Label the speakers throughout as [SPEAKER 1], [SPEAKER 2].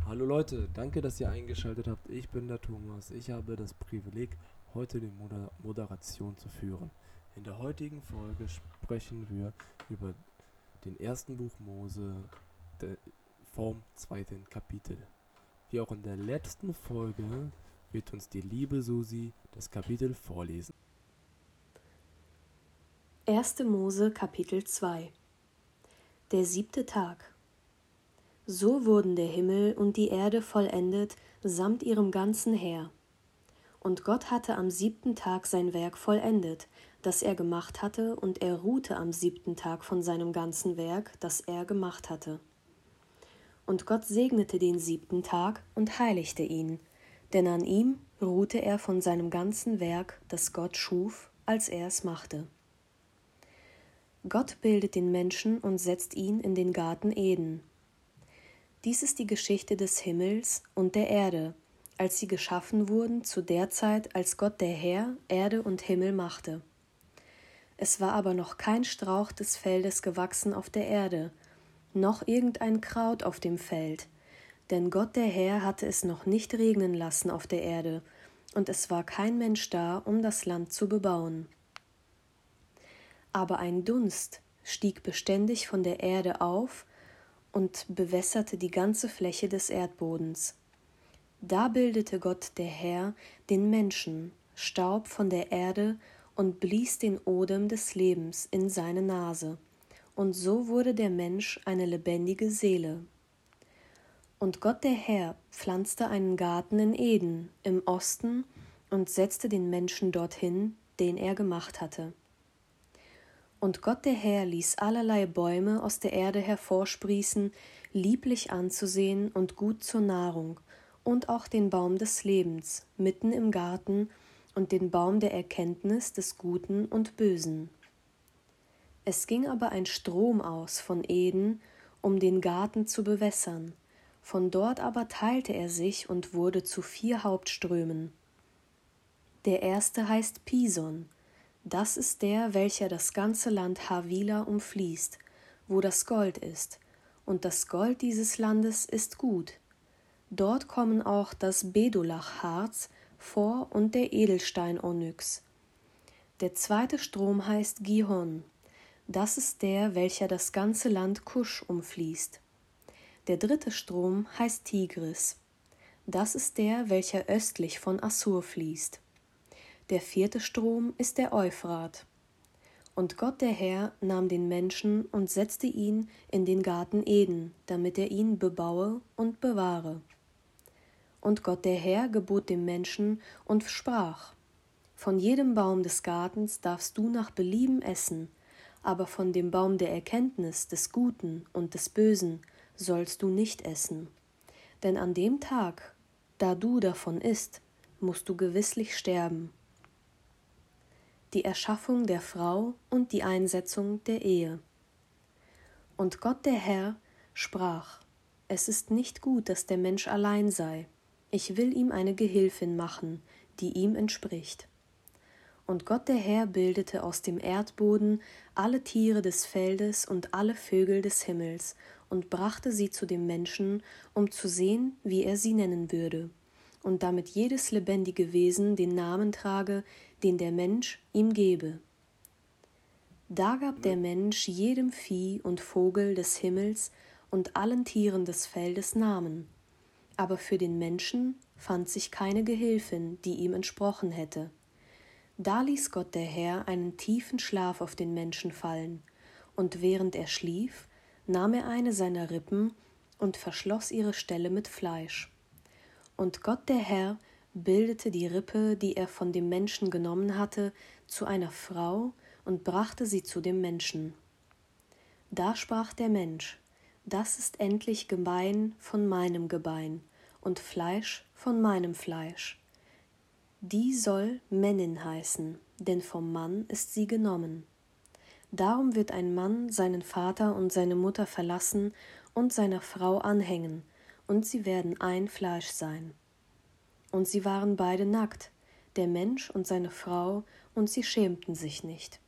[SPEAKER 1] Hallo Leute, danke, dass ihr eingeschaltet habt. Ich bin der Thomas. Ich habe das Privileg, heute die Moderation zu führen. In der heutigen Folge sprechen wir über den ersten Buch Mose vom zweiten Kapitel. Wie auch in der letzten Folge wird uns die liebe Susi das Kapitel vorlesen.
[SPEAKER 2] 1. Mose Kapitel 2 Der 7. Tag. So wurden der Himmel und die Erde vollendet samt ihrem ganzen Heer. Und Gott hatte am 7. Tag sein Werk vollendet, das er gemacht hatte, und er ruhte am 7. Tag von seinem ganzen Werk, das er gemacht hatte. Und Gott segnete den 7. Tag und heiligte ihn, denn an ihm ruhte er von seinem ganzen Werk, das Gott schuf, als er es machte. Gott bildet den Menschen und setzt ihn in den Garten Eden. Dies ist die Geschichte des Himmels und der Erde, als sie geschaffen wurden zu der Zeit, als Gott der Herr Erde und Himmel machte. Es war aber noch kein Strauch des Feldes gewachsen auf der Erde, noch irgendein Kraut auf dem Feld, denn Gott der Herr hatte es noch nicht regnen lassen auf der Erde, und es war kein Mensch da, um das Land zu bebauen. Aber ein Dunst stieg beständig von der Erde auf und bewässerte die ganze Fläche des Erdbodens. Da bildete Gott der Herr den Menschen, Staub von der Erde, und blies den Odem des Lebens in seine Nase, und so wurde der Mensch eine lebendige Seele. Und Gott der Herr pflanzte einen Garten in Eden im Osten und setzte den Menschen dorthin, den er gemacht hatte. Und Gott der Herr ließ allerlei Bäume aus der Erde hervorsprießen, lieblich anzusehen und gut zur Nahrung, und auch den Baum des Lebens mitten im Garten und den Baum der Erkenntnis des Guten und Bösen. Es ging aber ein Strom aus von Eden, um den Garten zu bewässern. Von dort aber teilte er sich und wurde zu 4 Hauptströmen. Der erste heißt Pison. Das ist der, welcher das ganze Land Havila umfließt, wo das Gold ist, und das Gold dieses Landes ist gut. Dort kommen auch das Bedolachharz vor und der Edelstein Onyx. Der zweite Strom heißt Gihon. Das ist der, welcher das ganze Land Kusch umfließt. Der dritte Strom heißt Tigris. Das ist der, welcher östlich von Assur fließt. Der vierte Strom ist der Euphrat. Und Gott der Herr nahm den Menschen und setzte ihn in den Garten Eden, damit er ihn bebaue und bewahre. Und Gott der Herr gebot dem Menschen und sprach: Von jedem Baum des Gartens darfst du nach Belieben essen, aber von dem Baum der Erkenntnis des Guten und des Bösen sollst du nicht essen. Denn an dem Tag, da du davon isst, musst du gewisslich sterben. Die Erschaffung der Frau und die Einsetzung der Ehe. Und Gott der Herr sprach: Es ist nicht gut, dass der Mensch allein sei. Ich will ihm eine Gehilfin machen, die ihm entspricht. Und Gott der Herr bildete aus dem Erdboden alle Tiere des Feldes und alle Vögel des Himmels und brachte sie zu dem Menschen, um zu sehen, wie er sie nennen würde, und damit jedes lebendige Wesen den Namen trage, den der Mensch ihm gebe. Da gab der Mensch jedem Vieh und Vogel des Himmels und allen Tieren des Feldes Namen. Aber für den Menschen fand sich keine Gehilfin, die ihm entsprochen hätte. Da ließ Gott der Herr einen tiefen Schlaf auf den Menschen fallen, und während er schlief, nahm er eine seiner Rippen und verschloss ihre Stelle mit Fleisch. Und Gott der Herr bildete die Rippe, die er von dem Menschen genommen hatte, zu einer Frau und brachte sie zu dem Menschen. Da sprach der Mensch: Das ist endlich Gebein von meinem Gebein und Fleisch von meinem Fleisch. Die soll Männin heißen, denn vom Mann ist sie genommen. Darum wird ein Mann seinen Vater und seine Mutter verlassen und seiner Frau anhängen, und sie werden ein Fleisch sein. Und sie waren beide nackt, der Mensch und seine Frau, und sie schämten sich nicht.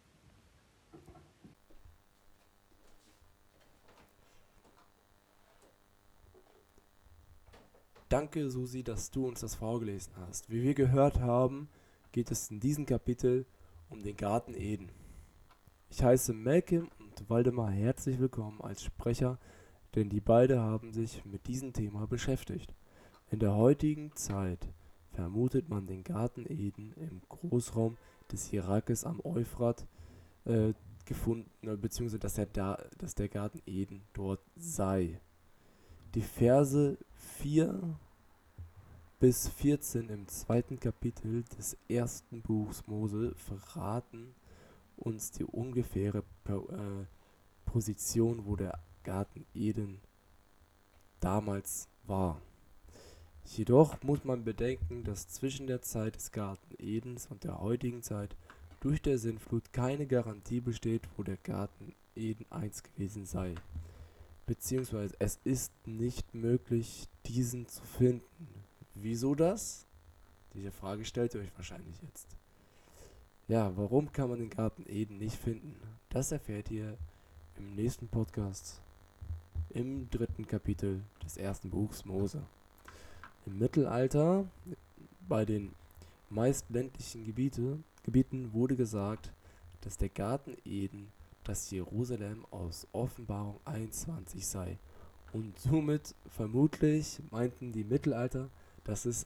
[SPEAKER 1] Danke, Susi, dass du uns das vorgelesen hast. Wie wir gehört haben, geht es in diesem Kapitel um den Garten Eden. Ich heiße Malcolm und Waldemar herzlich willkommen als Sprecher, denn die beiden haben sich mit diesem Thema beschäftigt. In der heutigen Zeit vermutet man den Garten Eden im Großraum des Irakes am Euphrat gefunden, beziehungsweise dass der Garten Eden dort sei. Die Verse 4 bis 14 im 2. Kapitel des 1. Buchs Mose verraten uns die ungefähre Position, wo der Garten Eden damals war. Jedoch muss man bedenken, dass zwischen der Zeit des Garten Edens und der heutigen Zeit durch der Sintflut keine Garantie besteht, wo der Garten Eden einst gewesen sei. Beziehungsweise es ist nicht möglich, diesen zu finden. Wieso das? Diese Frage stellt ihr euch wahrscheinlich jetzt. Ja, warum kann man den Garten Eden nicht finden? Das erfährt ihr im nächsten Podcast, im 3. Kapitel des 1. Buchs Mose. Im Mittelalter, bei den meist ländlichen Gebieten wurde gesagt, dass der Garten Eden das Jerusalem aus Offenbarung 21 sei. Und somit vermutlich meinten die Mittelalter, dass es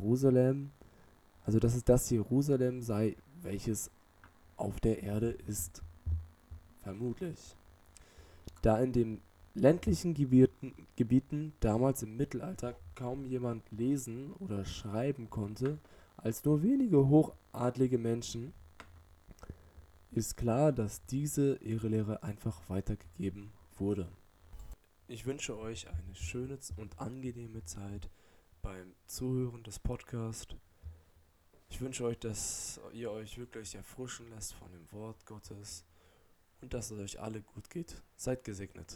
[SPEAKER 1] das Jerusalem sei, welches auf der Erde ist. Vermutlich. Da in den ländlichen Gebieten damals im Mittelalter kaum jemand lesen oder schreiben konnte, als nur wenige hochadlige Menschen, ist klar, dass diese ihre Lehre einfach weitergegeben wurde. Ich wünsche euch eine schöne und angenehme Zeit beim Zuhören des Podcasts. Ich wünsche euch, dass ihr euch wirklich erfrischen lasst von dem Wort Gottes und dass es euch alle gut geht. Seid gesegnet.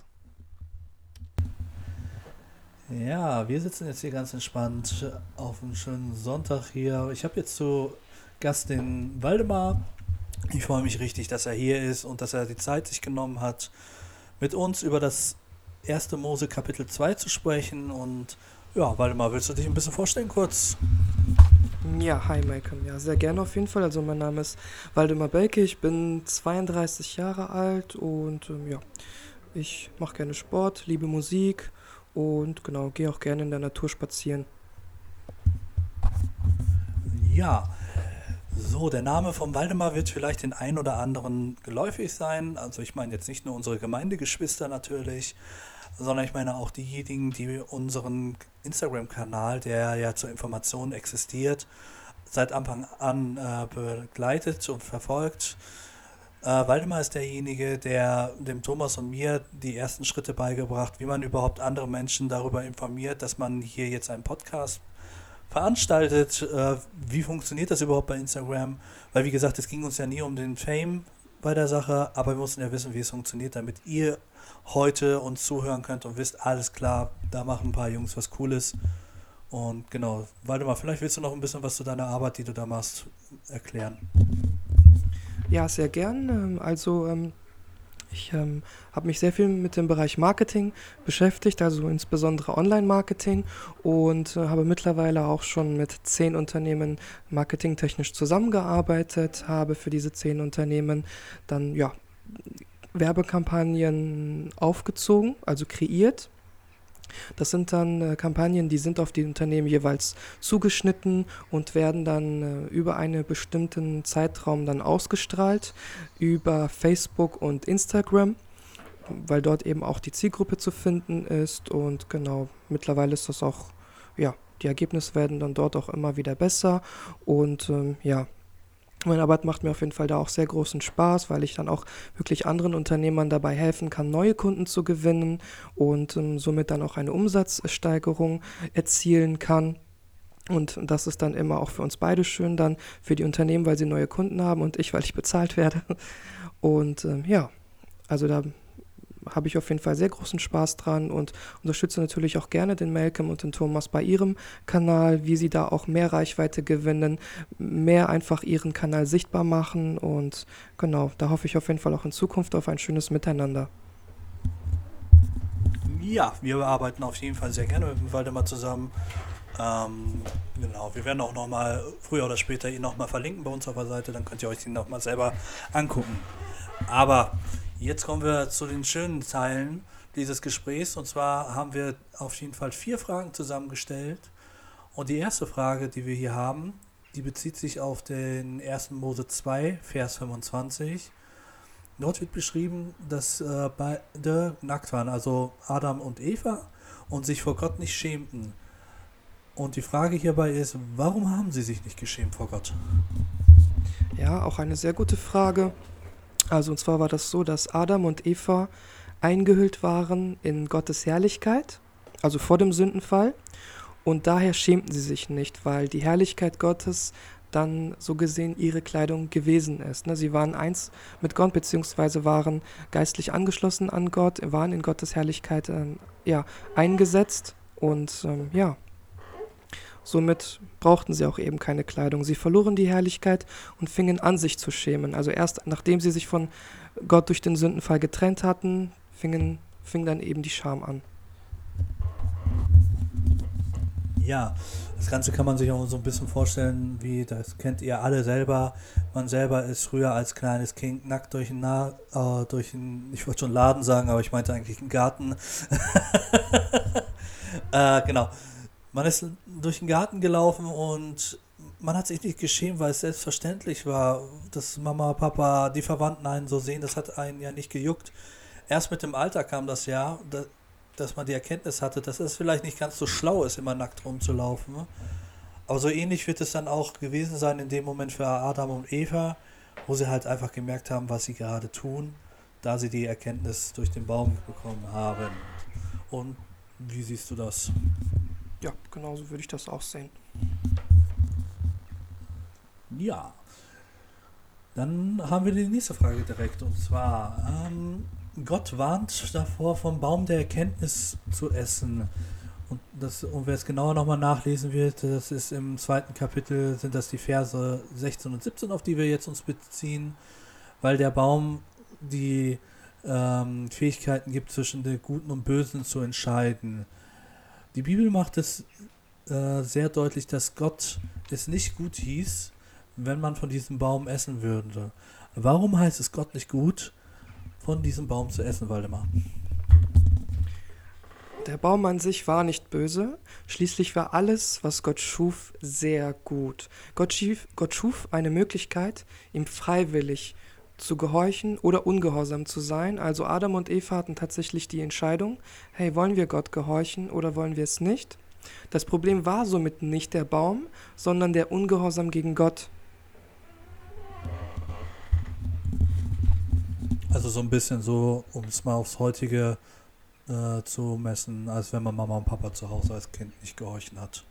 [SPEAKER 3] Ja, wir sitzen jetzt hier ganz entspannt auf einem schönen Sonntag hier. Ich habe jetzt zu Gast den Waldemar. Ich freue mich richtig, dass er hier ist und dass er die Zeit sich genommen hat, mit uns über das 1. Mose Kapitel 2 zu sprechen. Und ja, Waldemar, willst du dich ein bisschen vorstellen kurz?
[SPEAKER 4] Ja, hi Malcolm. Ja, sehr gerne auf jeden Fall. Also mein Name ist Waldemar Belke, ich bin 32 Jahre alt und ich mache gerne Sport, liebe Musik und genau, gehe auch gerne in der Natur spazieren.
[SPEAKER 3] Ja, so, der Name vom Waldemar wird vielleicht den einen oder anderen geläufig sein. Also ich meine jetzt nicht nur unsere Gemeindegeschwister natürlich, sondern ich meine auch diejenigen, die unseren Instagram-Kanal, der ja zur Information existiert, seit Anfang an begleitet und verfolgt. Waldemar ist derjenige, der dem Thomas und mir die ersten Schritte beigebracht, wie man überhaupt andere Menschen darüber informiert, dass man hier jetzt einen Podcast veranstaltet. Wie funktioniert das überhaupt bei Instagram? Weil wie gesagt, es ging uns ja nie um den Fame bei der Sache, aber wir mussten ja wissen, wie es funktioniert, damit ihr heute uns zuhören könnt und wisst, alles klar, da machen ein paar Jungs was Cooles. Und genau, Waldemar, vielleicht willst du noch ein bisschen was zu deiner Arbeit, die du da machst, erklären.
[SPEAKER 4] Ja, sehr gern. Ich habe mich sehr viel mit dem Bereich Marketing beschäftigt, also insbesondere Online-Marketing und habe mittlerweile auch schon mit 10 Unternehmen marketingtechnisch zusammengearbeitet, habe für diese 10 Unternehmen dann Werbekampagnen aufgezogen, also kreiert. Das sind dann Kampagnen, die sind auf die Unternehmen jeweils zugeschnitten und werden dann über einen bestimmten Zeitraum dann ausgestrahlt über Facebook und Instagram, weil dort eben auch die Zielgruppe zu finden ist und genau, mittlerweile ist das auch, die Ergebnisse werden dann dort auch immer wieder besser und meine Arbeit macht mir auf jeden Fall da auch sehr großen Spaß, weil ich dann auch wirklich anderen Unternehmern dabei helfen kann, neue Kunden zu gewinnen und somit dann auch eine Umsatzsteigerung erzielen kann. Und das ist dann immer auch für uns beide schön dann, für die Unternehmen, weil sie neue Kunden haben und ich, weil ich bezahlt werde. Und also da habe ich auf jeden Fall sehr großen Spaß dran und unterstütze natürlich auch gerne den Malcolm und den Thomas bei ihrem Kanal, wie sie da auch mehr Reichweite gewinnen, mehr einfach ihren Kanal sichtbar machen und genau, da hoffe ich auf jeden Fall auch in Zukunft auf ein schönes Miteinander.
[SPEAKER 3] Ja, wir arbeiten auf jeden Fall sehr gerne mit dem Waldemar zusammen. Genau, wir werden auch nochmal früher oder später ihn nochmal verlinken bei uns auf der Seite, dann könnt ihr euch ihn nochmal selber angucken. Aber jetzt kommen wir zu den schönen Teilen dieses Gesprächs, und zwar haben wir auf jeden Fall 4 Fragen zusammengestellt, und die erste Frage, die wir hier haben, die bezieht sich auf den 1. Mose 2, Vers 25. Dort wird beschrieben, dass beide nackt waren, also Adam und Eva, und sich vor Gott nicht schämten. Und die Frage hierbei ist, warum haben sie sich nicht geschämt vor Gott?
[SPEAKER 4] Ja, auch eine sehr gute Frage. Also und zwar war das so, dass Adam und Eva eingehüllt waren in Gottes Herrlichkeit, also vor dem Sündenfall. Und daher schämten sie sich nicht, weil die Herrlichkeit Gottes dann so gesehen ihre Kleidung gewesen ist. Sie waren eins mit Gott, beziehungsweise waren geistlich angeschlossen an Gott, waren in Gottes Herrlichkeit eingesetzt, und somit brauchten sie auch eben keine Kleidung. Sie verloren die Herrlichkeit und fingen an, sich zu schämen. Also erst nachdem sie sich von Gott durch den Sündenfall getrennt hatten, fing dann eben die Scham an.
[SPEAKER 3] Ja, das Ganze kann man sich auch so ein bisschen vorstellen, wie, das kennt ihr alle selber. Man selber ist früher als kleines Kind nackt durch ich wollte schon Laden sagen, aber ich meinte eigentlich einen Garten. Genau. Man ist durch den Garten gelaufen und man hat sich nicht geschämt, weil es selbstverständlich war, dass Mama, Papa, die Verwandten einen so sehen. Das hat einen ja nicht gejuckt. Erst mit dem Alter kam das ja, dass man die Erkenntnis hatte, dass es vielleicht nicht ganz so schlau ist, immer nackt rumzulaufen. Aber so ähnlich wird es dann auch gewesen sein in dem Moment für Adam und Eva, wo sie halt einfach gemerkt haben, was sie gerade tun, da sie die Erkenntnis durch den Baum bekommen haben. Und wie siehst du das?
[SPEAKER 4] Ja, genauso würde ich das auch sehen.
[SPEAKER 3] Ja. Dann haben wir die nächste Frage direkt, und zwar, Gott warnt davor, vom Baum der Erkenntnis zu essen. Und wer es genauer nochmal nachlesen wird, das ist im 2. Kapitel, sind das die Verse 16 und 17, auf die wir jetzt uns beziehen, weil der Baum die Fähigkeiten gibt, zwischen den Guten und Bösen zu entscheiden. Die Bibel macht es sehr deutlich, dass Gott es nicht gut hieß, wenn man von diesem Baum essen würde. Warum heißt es Gott nicht gut, von diesem Baum zu essen, Waldemar?
[SPEAKER 4] Der Baum an sich war nicht böse, schließlich war alles, was Gott schuf, sehr gut. Gott schuf eine Möglichkeit, ihm freiwillig zu gehorchen oder ungehorsam zu sein. Also Adam und Eva hatten tatsächlich die Entscheidung, hey, wollen wir Gott gehorchen oder wollen wir es nicht? Das Problem war somit nicht der Baum, sondern der Ungehorsam gegen Gott.
[SPEAKER 3] Also so ein bisschen so, um es mal aufs heutige zu messen, als wenn man Mama und Papa zu Hause als Kind nicht gehorchen hat.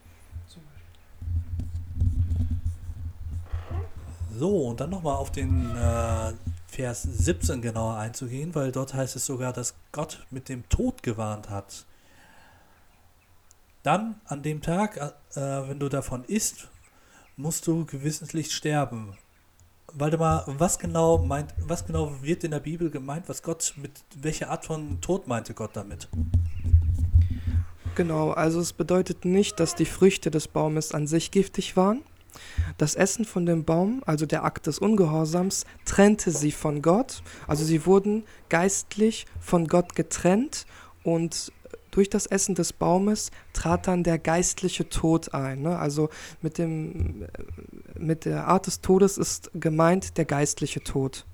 [SPEAKER 3] So, und dann nochmal auf den Vers 17 genauer einzugehen, weil dort heißt es sogar, dass Gott mit dem Tod gewarnt hat. Dann an dem Tag, wenn du davon isst, musst du gewissentlich sterben. Waldemar, was genau wird in der Bibel gemeint, welche Art von Tod meinte Gott damit?
[SPEAKER 4] Genau, also es bedeutet nicht, dass die Früchte des Baumes an sich giftig waren. Das Essen von dem Baum, also der Akt des Ungehorsams, trennte sie von Gott. Also sie wurden geistlich von Gott getrennt, und durch das Essen des Baumes trat dann der geistliche Tod ein. Also mit der Art des Todes ist gemeint der geistliche Tod.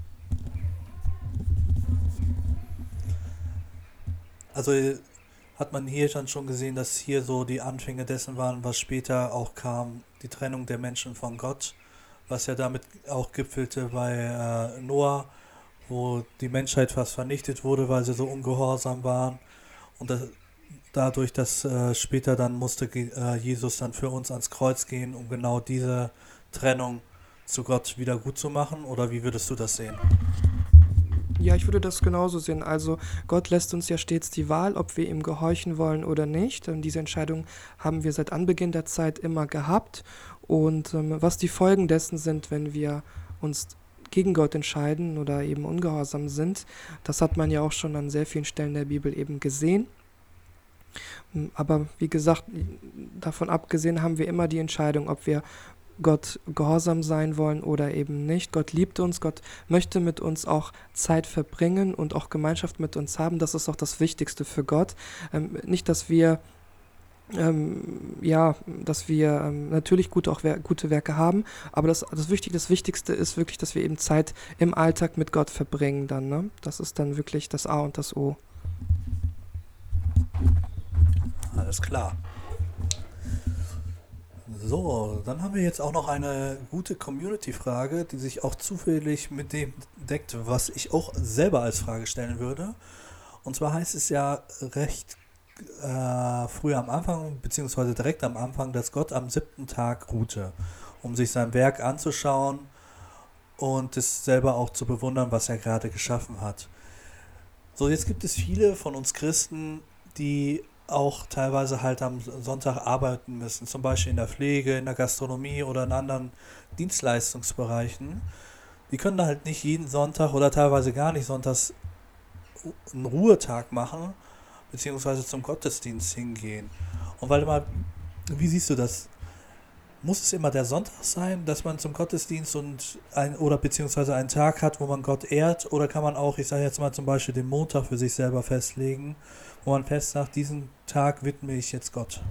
[SPEAKER 3] Also hat man hier dann schon gesehen, dass hier so die Anfänge dessen waren, was später auch kam, die Trennung der Menschen von Gott, was ja damit auch gipfelte bei Noah, wo die Menschheit fast vernichtet wurde, weil sie so ungehorsam waren. Und dadurch, dass später dann musste Jesus dann für uns ans Kreuz gehen, um genau diese Trennung zu Gott wieder gut zu machen? Oder wie würdest du das sehen?
[SPEAKER 4] Ja, ich würde das genauso sehen. Also Gott lässt uns ja stets die Wahl, ob wir ihm gehorchen wollen oder nicht. Und diese Entscheidung haben wir seit Anbeginn der Zeit immer gehabt. Und was die Folgen dessen sind, wenn wir uns gegen Gott entscheiden oder eben ungehorsam sind. Das hat man ja auch schon an sehr vielen Stellen der Bibel eben gesehen. Aber wie gesagt, davon abgesehen haben wir immer die Entscheidung, ob wir Gott gehorsam sein wollen oder eben nicht. Gott liebt uns, Gott möchte mit uns auch Zeit verbringen und auch Gemeinschaft mit uns haben. Das ist auch das Wichtigste für Gott. Nicht, dass wir natürlich gute Werke haben, aber das Wichtigste ist wirklich, dass wir eben Zeit im Alltag mit Gott verbringen dann, ne? Das ist dann wirklich das A und das O.
[SPEAKER 3] Alles klar. So, dann haben wir jetzt auch noch eine gute Community-Frage, die sich auch zufällig mit dem deckt, was ich auch selber als Frage stellen würde. Und zwar heißt es ja recht früh am Anfang, beziehungsweise direkt am Anfang, dass Gott am 7. Tag ruhte, um sich sein Werk anzuschauen und es selber auch zu bewundern, was er gerade geschaffen hat. So, jetzt gibt es viele von uns Christen, die auch teilweise halt am Sonntag arbeiten müssen, zum Beispiel in der Pflege, in der Gastronomie oder in anderen Dienstleistungsbereichen. Die können da halt nicht jeden Sonntag oder teilweise gar nicht sonntags einen Ruhetag machen, beziehungsweise zum Gottesdienst hingehen. Und Waldemar, wie siehst du das? Muss es immer der Sonntag sein, dass man zum Gottesdienst beziehungsweise einen Tag hat, wo man Gott ehrt? Oder kann man auch, ich sage jetzt mal zum Beispiel den Montag für sich selber festlegen, wo man fest sagt, diesen Tag widme ich jetzt Gott?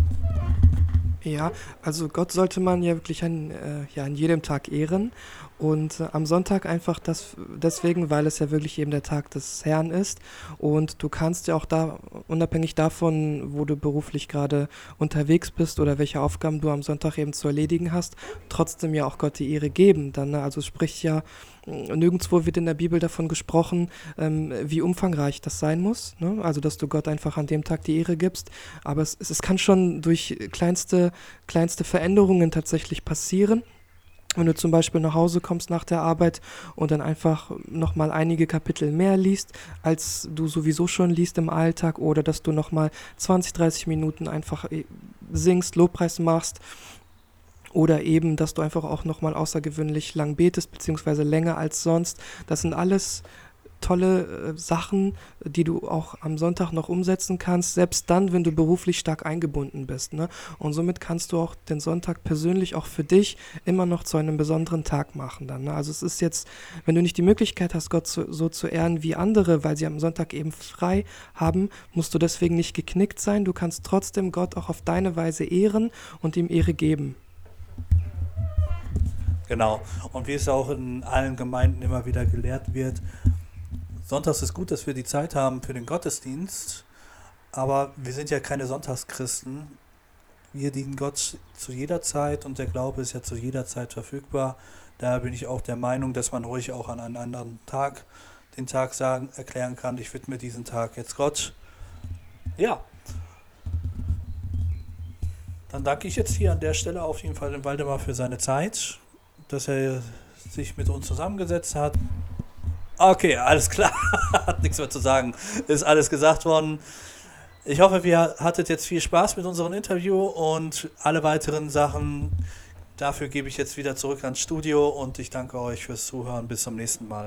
[SPEAKER 4] Ja, also Gott sollte man ja wirklich an jedem Tag ehren und am Sonntag einfach deswegen, weil es ja wirklich eben der Tag des Herrn ist und du kannst ja auch da, unabhängig davon, wo du beruflich gerade unterwegs bist oder welche Aufgaben du am Sonntag eben zu erledigen hast, trotzdem ja auch Gott die Ehre geben. Dann, ne? Also sprich ja, nirgendwo wird in der Bibel davon gesprochen, wie umfangreich das sein muss, ne? Also dass du Gott einfach an dem Tag die Ehre gibst, aber es kann schon durch kleinste Veränderungen tatsächlich passieren. Wenn du zum Beispiel nach Hause kommst nach der Arbeit und dann einfach nochmal einige Kapitel mehr liest, als du sowieso schon liest im Alltag, oder dass du nochmal 20, 30 Minuten einfach singst, Lobpreis machst, oder eben, dass du einfach auch nochmal außergewöhnlich lang betest, beziehungsweise länger als sonst. Das sind alles tolle Sachen, die du auch am Sonntag noch umsetzen kannst, selbst dann, wenn du beruflich stark eingebunden bist, ne? Und somit kannst du auch den Sonntag persönlich auch für dich immer noch zu einem besonderen Tag machen dann, ne? Also es ist jetzt, wenn du nicht die Möglichkeit hast, Gott so zu ehren wie andere, weil sie am Sonntag eben frei haben, musst du deswegen nicht geknickt sein. Du kannst trotzdem Gott auch auf deine Weise ehren und ihm Ehre geben.
[SPEAKER 3] Genau. Und wie es auch in allen Gemeinden immer wieder gelehrt wird, Sonntags ist gut, dass wir die Zeit haben für den Gottesdienst, aber wir sind ja keine Sonntagschristen. Wir dienen Gott zu jeder Zeit und der Glaube ist ja zu jeder Zeit verfügbar. Daher bin ich auch der Meinung, dass man ruhig auch an einem anderen Tag den Tag erklären kann, ich widme diesen Tag jetzt Gott. Ja. Dann danke ich jetzt hier an der Stelle auf jeden Fall dem Waldemar für seine Zeit, dass er sich mit uns zusammengesetzt hat. Okay, alles klar. Hat nichts mehr zu sagen. Ist alles gesagt worden. Ich hoffe, ihr hattet jetzt viel Spaß mit unserem Interview und alle weiteren Sachen, dafür gebe ich jetzt wieder zurück ans Studio und ich danke euch fürs Zuhören. Bis zum nächsten Mal.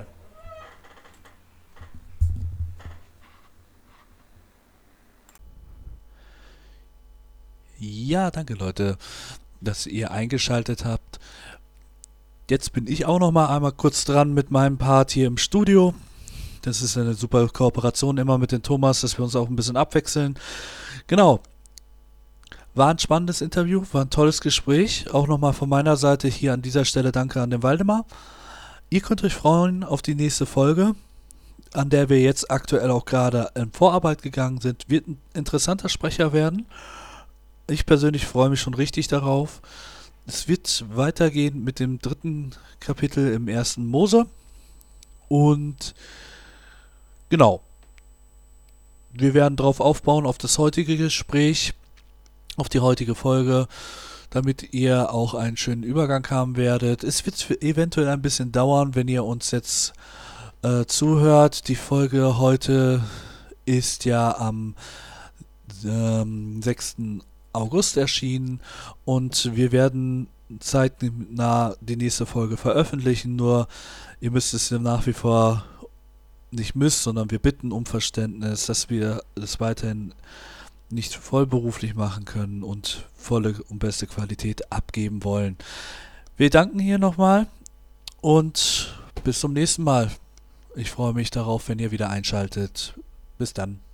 [SPEAKER 5] Ja, danke Leute, dass ihr eingeschaltet habt. Jetzt bin ich auch noch mal einmal kurz dran mit meinem Part hier im Studio. Das ist eine super Kooperation immer mit den Thomas, dass wir uns auch ein bisschen abwechseln. Genau. War ein spannendes Interview, war ein tolles Gespräch. Auch nochmal von meiner Seite hier an dieser Stelle danke an den Waldemar. Ihr könnt euch freuen auf die nächste Folge, an der wir jetzt aktuell auch gerade in Vorarbeit gegangen sind. Wird ein interessanter Sprecher werden. Ich persönlich freue mich schon richtig darauf. Es wird weitergehen mit dem 3. Kapitel im 1. Mose. Und genau, wir werden darauf aufbauen, auf das heutige Gespräch, auf die heutige Folge, damit ihr auch einen schönen Übergang haben werdet. Es wird eventuell ein bisschen dauern, wenn ihr uns jetzt zuhört. Die Folge heute ist ja am 6. August erschienen und wir werden zeitnah die nächste Folge veröffentlichen, nur ihr müsst es nach wie vor nicht sondern wir bitten um Verständnis, dass wir das weiterhin nicht vollberuflich machen können und volle und beste Qualität abgeben wollen. Wir danken hier nochmal und bis zum nächsten Mal. Ich freue mich darauf, wenn ihr wieder einschaltet. Bis dann.